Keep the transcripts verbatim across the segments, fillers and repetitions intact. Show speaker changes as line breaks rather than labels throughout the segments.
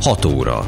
hat óra.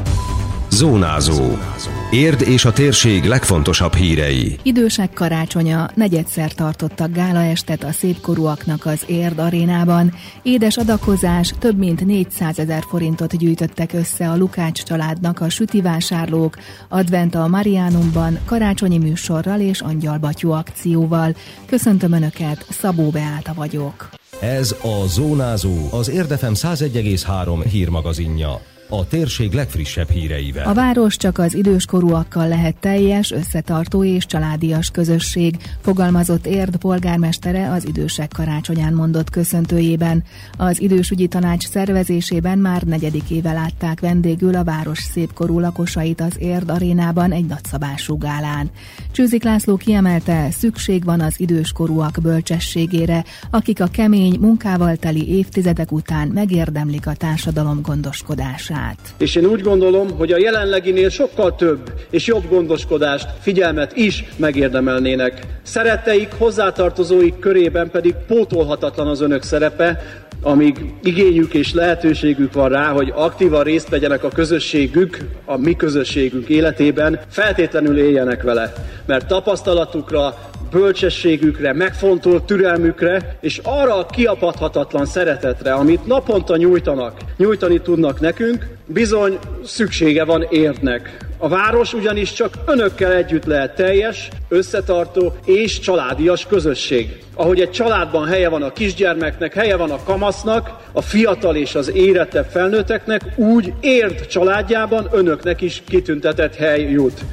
Zónázó. Érd és a térség legfontosabb hírei.
Idősek karácsonya, negyedszer tartottak gálaestet a szépkorúaknak az Érd arénában. Édes adakozás, több mint négyszázezer forintot gyűjtöttek össze a Lukács családnak a sütivásárlók, advent a Mariánumban, karácsonyi műsorral és angyalbatyú akcióval. Köszöntöm Önöket, Szabó Beáta vagyok.
Ez a Zónázó, az Érd ef em száz egy egész három hírmagazinja. A térség legfrissebb híreivel.
A város csak az időskorúakkal lehet teljes, összetartó és családias közösség, fogalmazott Érd polgármestere az idősek karácsonyán mondott köszöntőjében. Az idősügyi tanács szervezésében már negyedik éve látták vendégül a város szépkorú lakosait az Érd arénában egy nagyszabású gálán. Csőzik László kiemelte, szükség van az időskorúak bölcsességére, akik a kemény, munkával teli évtizedek után megérdemlik a társadalom gondoskodását.
És én úgy gondolom, hogy a jelenleginél sokkal több és jobb gondoskodást, figyelmet is megérdemelnének. Szeretteik, hozzátartozóik körében pedig pótolhatatlan az önök szerepe, amíg igényük és lehetőségük van rá, hogy aktívan részt vegyenek a közösségük, a mi közösségünk életében, feltétlenül éljenek vele. Mert tapasztalatukra, bölcsességükre, megfontolt türelmükre, és arra a kiapadhatatlan szeretetre, amit naponta nyújtanak, nyújtani tudnak nekünk, bizony szüksége van Érdnek. A város ugyanis csak önökkel együtt lehet teljes, összetartó és családias közösség. Ahogy egy családban helye van a kisgyermeknek, helye van a kamasznak, a fiatal és az érettebb felnőtteknek, úgy Érd családjában önöknek is kitüntetett hely jut.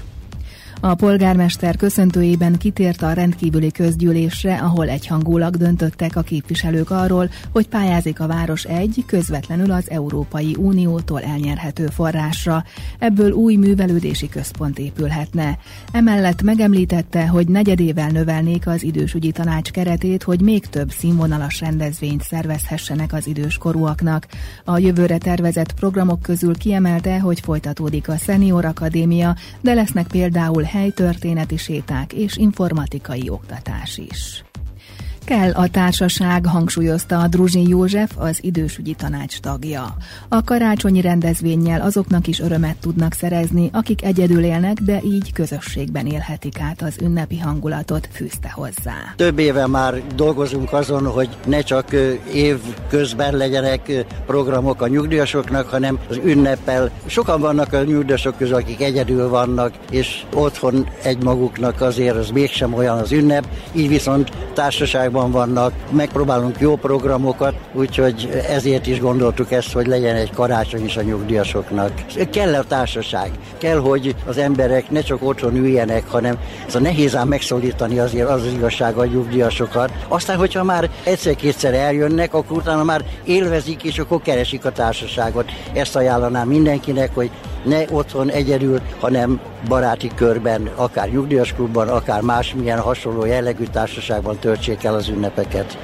A polgármester köszöntőjében kitért a rendkívüli közgyűlésre, ahol egyhangulag döntöttek a képviselők arról, hogy pályázik a város egy közvetlenül az Európai Uniótól elnyerhető forrásra. Ebből új művelődési központ épülhetne. Emellett megemlítette, hogy negyedével növelnék az idősügyi tanács keretét, hogy még több színvonalas rendezvényt szervezhessenek az időskorúaknak. A jövőre tervezett programok közül kiemelte, hogy folytatódik a Senior Akadémia, de lesznek például helytörténeti séták és informatikai oktatás is. Kell a társaság, hangsúlyozta a Druzsin József, az idősügyi tanács tagja. A karácsonyi rendezvénnyel azoknak is örömet tudnak szerezni, akik egyedül élnek, de így közösségben élhetik át az ünnepi hangulatot, fűzte hozzá.
Több éve már dolgozunk azon, hogy ne csak év közben legyenek programok a nyugdíjasoknak, hanem az ünneppel. Sokan vannak a nyugdíjasok közül, akik egyedül vannak, és otthon egymaguknak azért az mégsem olyan az ünnep, így viszont társaságban vannak, megpróbálunk jó programokat, úgyhogy ezért is gondoltuk ezt, hogy legyen egy karácsony is a nyugdíjasoknak. Kell a társaság, kell, hogy az emberek ne csak otthon üljenek, hanem ez a nehéz ám megszólítani azért az, az igazság a nyugdíjasokat. Aztán, hogyha már egyszer-kétszer eljönnek, akkor utána már élvezik, és akkor keresik a társaságot. Ezt ajánlanám mindenkinek, hogy ne otthon egyedül, hanem baráti körben, akár nyugdíjas klubban, akár másmilyen hasonló jellegű társaságban töltsék el az ünnepeket.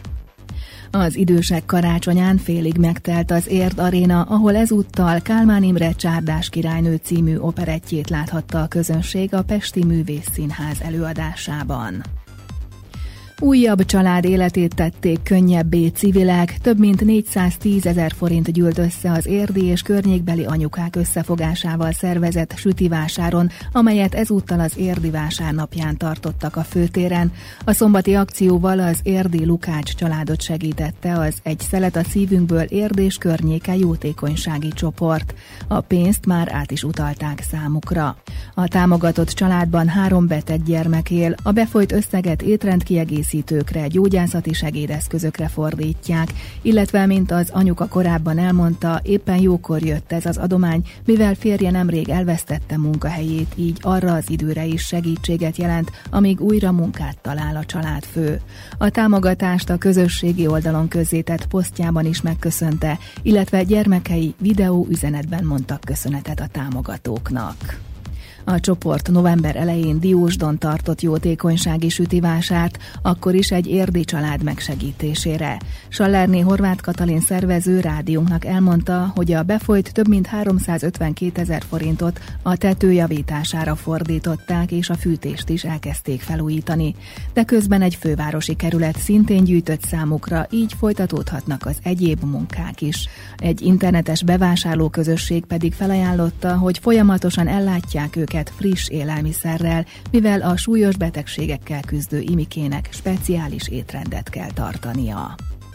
Az idősek karácsonyán félig megtelt az Érd aréna, ahol ezúttal Kálmán Imre Csárdás királynő című operettjét láthatta a közönség a Pesti Művészszínház előadásában. Újabb család életét tették könnyebbé civilek, több mint négyszáztízezer forint gyűlt össze az érdi és környékbeli anyukák összefogásával szervezett sütivásáron, amelyet ezúttal az érdi vásárnapján tartottak a főtéren. A szombati akcióval az érdi Lukács családot segítette az Egy szelet a szívünkből Érd és környéke jótékonysági csoport. A pénzt már át is utalták számukra. A támogatott családban három beteg gyermek él, a befolyt összeget étrendkiegészítésre, gyógyászati segédeszközökre fordítják, illetve, mint az anyuka korábban elmondta, éppen jókor jött ez az adomány, mivel férje nemrég elvesztette munkahelyét, így arra az időre is segítséget jelent, amíg újra munkát talál a családfő. A támogatást a közösségi oldalon közzétett posztjában is megköszönte, illetve gyermekei videó üzenetben mondtak köszönetet a támogatóknak. A csoport november elején Diósdon tartott jótékonysági sütivásárt, akkor is egy érdi család megsegítésére. Sallerné Horváth Katalin szervező rádiónknak elmondta, hogy a befolyt több mint háromszázötvenkétezer forintot a tető javítására fordították, és a fűtést is elkezdték felújítani. De közben egy fővárosi kerület szintén gyűjtött számukra, így folytatódhatnak az egyéb munkák is. Egy internetes bevásárlóközösség pedig felajánlotta, hogy folyamatosan ellátják őket friss élelmiszerrel, mivel a súlyos betegségekkel küzdő Imikének speciális étrendet kell tartania.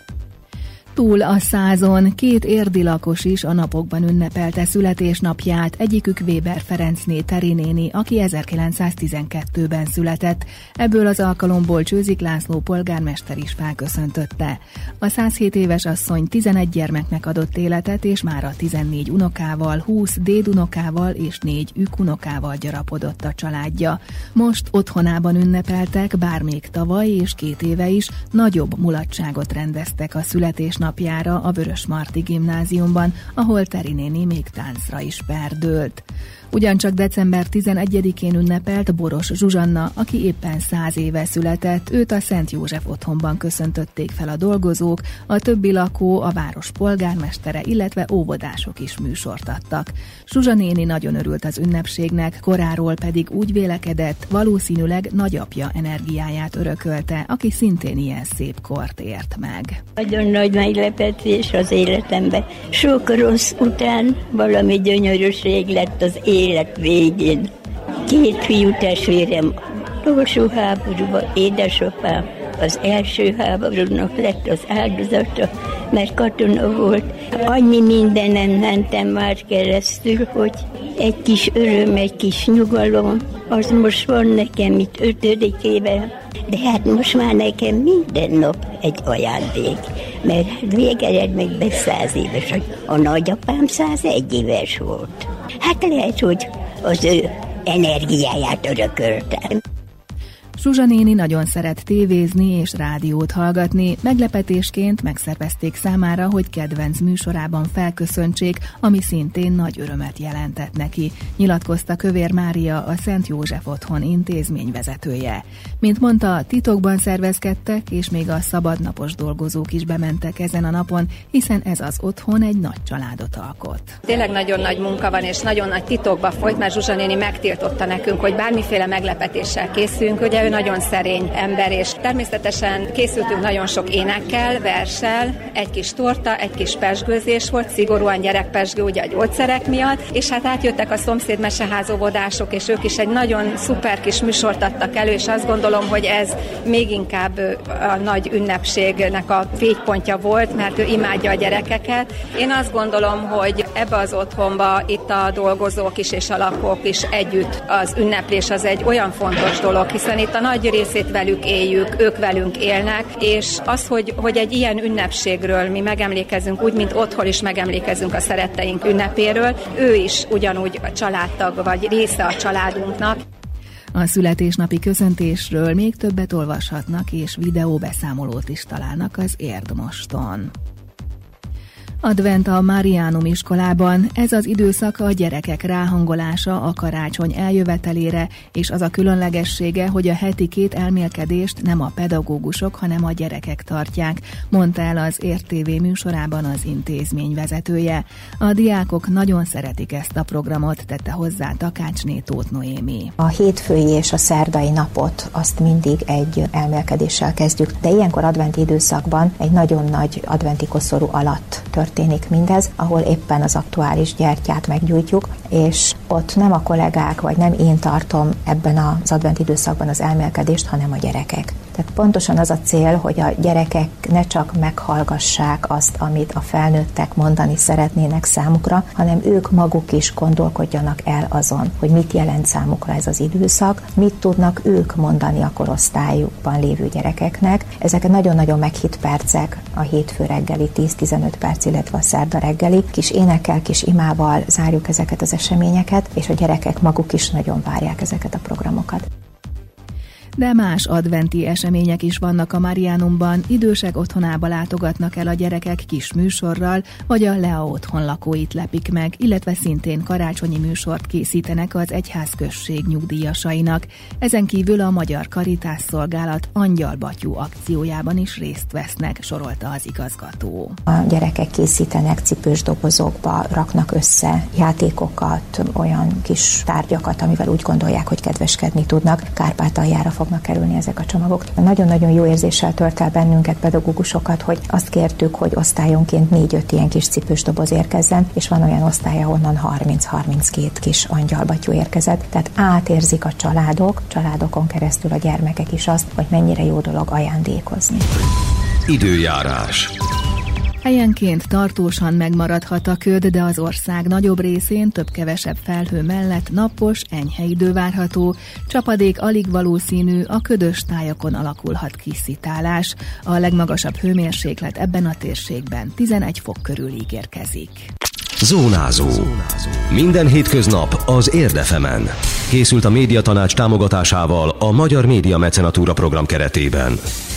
Túl a százon két érdi lakos is a napokban ünnepelte születésnapját, egyikük Weber Ferencné Teri néni, aki ezerkilencszáztizenkettőben született. Ebből az alkalomból Csőzik László polgármester is felköszöntötte. A százhét éves asszony tizenegy gyermeknek adott életet, és mára tizennégy unokával, húsz dédunokával és négy ükunokával gyarapodott a családja. Most otthonában ünnepeltek, bár még tavaly és két éve is nagyobb mulatságot rendeztek a születés napjára a Vörösmarty gimnáziumban, ahol Teri néni még táncra is perdölt. Ugyancsak december tizenegyedikén ünnepelt Boros Zsuzsanna, aki éppen száz éve született, őt a Szent József otthonban köszöntötték fel a dolgozók, a többi lakó, a város polgármestere, illetve óvodások is műsort adtak. Zsuzsa néni nagyon örült az ünnepségnek, koráról pedig úgy vélekedett, valószínűleg nagyapja energiáját örökölte, aki szintén ilyen szép kort ért meg.
Nagyon nagy meglepetés az életemben. Sok rossz után valami gyönyörűség lett az élet végén. Két fiú testvérem utolsó háborúban, édesapám az első háborúnak lett az áldozata, mert katona volt. Annyi mindenem mentem már keresztül, hogy egy kis öröm, egy kis nyugalom, az most van nekem itt ötödikében, de hát most már nekem minden nap egy ajándék, mert végeredményben száz éves, a nagyapám százegy éves volt. Hát lehet, hogy az ő energiáját örököltem.
Zsuzsa néni nagyon szeret tévézni és rádiót hallgatni, meglepetésként megszervezték számára, hogy kedvenc műsorában felköszöntsék, ami szintén nagy örömet jelentett neki, nyilatkozta Kövér Mária, a Szent József otthon intézményvezetője. Mint mondta, titokban szervezkedtek, és még a szabadnapos dolgozók is bementek ezen a napon, hiszen ez az otthon egy nagy családot alkot.
Tényleg nagyon nagy munka van, és nagyon nagy titokba folyt, mert Zsuzsa néni megtiltotta nekünk, hogy bármiféle meglepetéssel készülünk, ugye ő nagyon szerény ember, és természetesen készültünk nagyon sok énekkel, verssel, egy kis torta, egy kis pezsgőzés volt, szigorúan gyerekpezsgő, ugye a gyógyszerek miatt, és hát átjöttek a szomszéd meseházóvodások, és ők is egy nagyon szuper kis műsort adtak elő, és azt gondolom, hogy ez még inkább a nagy ünnepségnek a fékpontja volt, mert ő imádja a gyerekeket. Én azt gondolom, hogy ebbe az otthonba itt a dolgozók is és a lakók is együtt az ünneplés az egy olyan fontos dolog, hiszen itt a nagy részét velük éljük, ők velünk élnek, és az, hogy, hogy egy ilyen ünnepségről mi megemlékezünk, úgy, mint otthon is megemlékezünk a szeretteink ünnepéről, ő is ugyanúgy a családtag, vagy része a családunknak.
A születésnapi köszöntésről még többet olvashatnak, és videóbeszámolót is találnak az Érdmoston. Advent a Mariánum iskolában, ez az időszak a gyerekek ráhangolása a karácsony eljövetelére, és az a különlegessége, hogy a heti két elmélkedést nem a pedagógusok, hanem a gyerekek tartják, mondta el az Ért té vé műsorában az intézmény vezetője. A diákok nagyon szeretik ezt a programot, tette hozzá Takácsné Tóth Noémi.
A hétfői és a szerdai napot azt mindig egy elmélkedéssel kezdjük, de ilyenkor adventi időszakban egy nagyon nagy adventi koszorú alatt történik mindez, ahol éppen az aktuális gyertyát meggyújtjuk, és ott nem a kollégák, vagy nem én tartom ebben az advent időszakban az elmélkedést, hanem a gyerekek. Tehát pontosan az a cél, hogy a gyerekek ne csak meghallgassák azt, amit a felnőttek mondani szeretnének számukra, hanem ők maguk is gondolkodjanak el azon, hogy mit jelent számukra ez az időszak, mit tudnak ők mondani a korosztályukban lévő gyerekeknek. Ezek nagyon-nagyon meghitt percek, a hétfő reggeli tíz-tizenöt perc, illetve a szerda reggeli. Kis énekkel, kis imával zárjuk ezeket az eseményeket, és a gyerekek maguk is nagyon várják ezeket a programokat.
De más adventi események is vannak a Mariánumban, idősek otthonába látogatnak el a gyerekek kis műsorral, vagy a Lea otthon lakóit lepik meg, illetve szintén karácsonyi műsort készítenek az egyházközség nyugdíjasainak. Ezen kívül a Magyar Karitás Szolgálat Angyalbatyú akciójában is részt vesznek, sorolta az igazgató.
A gyerekek készítenek cipős dobozokba, raknak össze játékokat, olyan kis tárgyakat, amivel úgy gondolják, hogy kedveskedni tudnak. Kárpátaljára fognak kerülni ezek a csomagok. Nagyon-nagyon jó érzéssel tölt el bennünket, pedagógusokat, hogy azt kértük, hogy osztályonként négy-öt ilyen kis cipős doboz érkezzen, és van olyan osztály, ahonnan harminc-harminckét kis angyalbatyú érkezett. Tehát átérzik a családok, családokon keresztül a gyermekek is azt, hogy mennyire jó dolog ajándékozni.
Időjárás.
Helyenként tartósan megmaradhat a köd, de az ország nagyobb részén több-kevesebb felhő mellett napos, enyhe idő várható, csapadék alig valószínű, a ködös tájakon alakulhat kiszitálás. A legmagasabb hőmérséklet ebben a térségben tizenegy fok körül ígérkezik.
Zónázó. Minden hétköznap az Érd ef emen. Készült a Médiatanács támogatásával a Magyar Média Mecenatúra program keretében.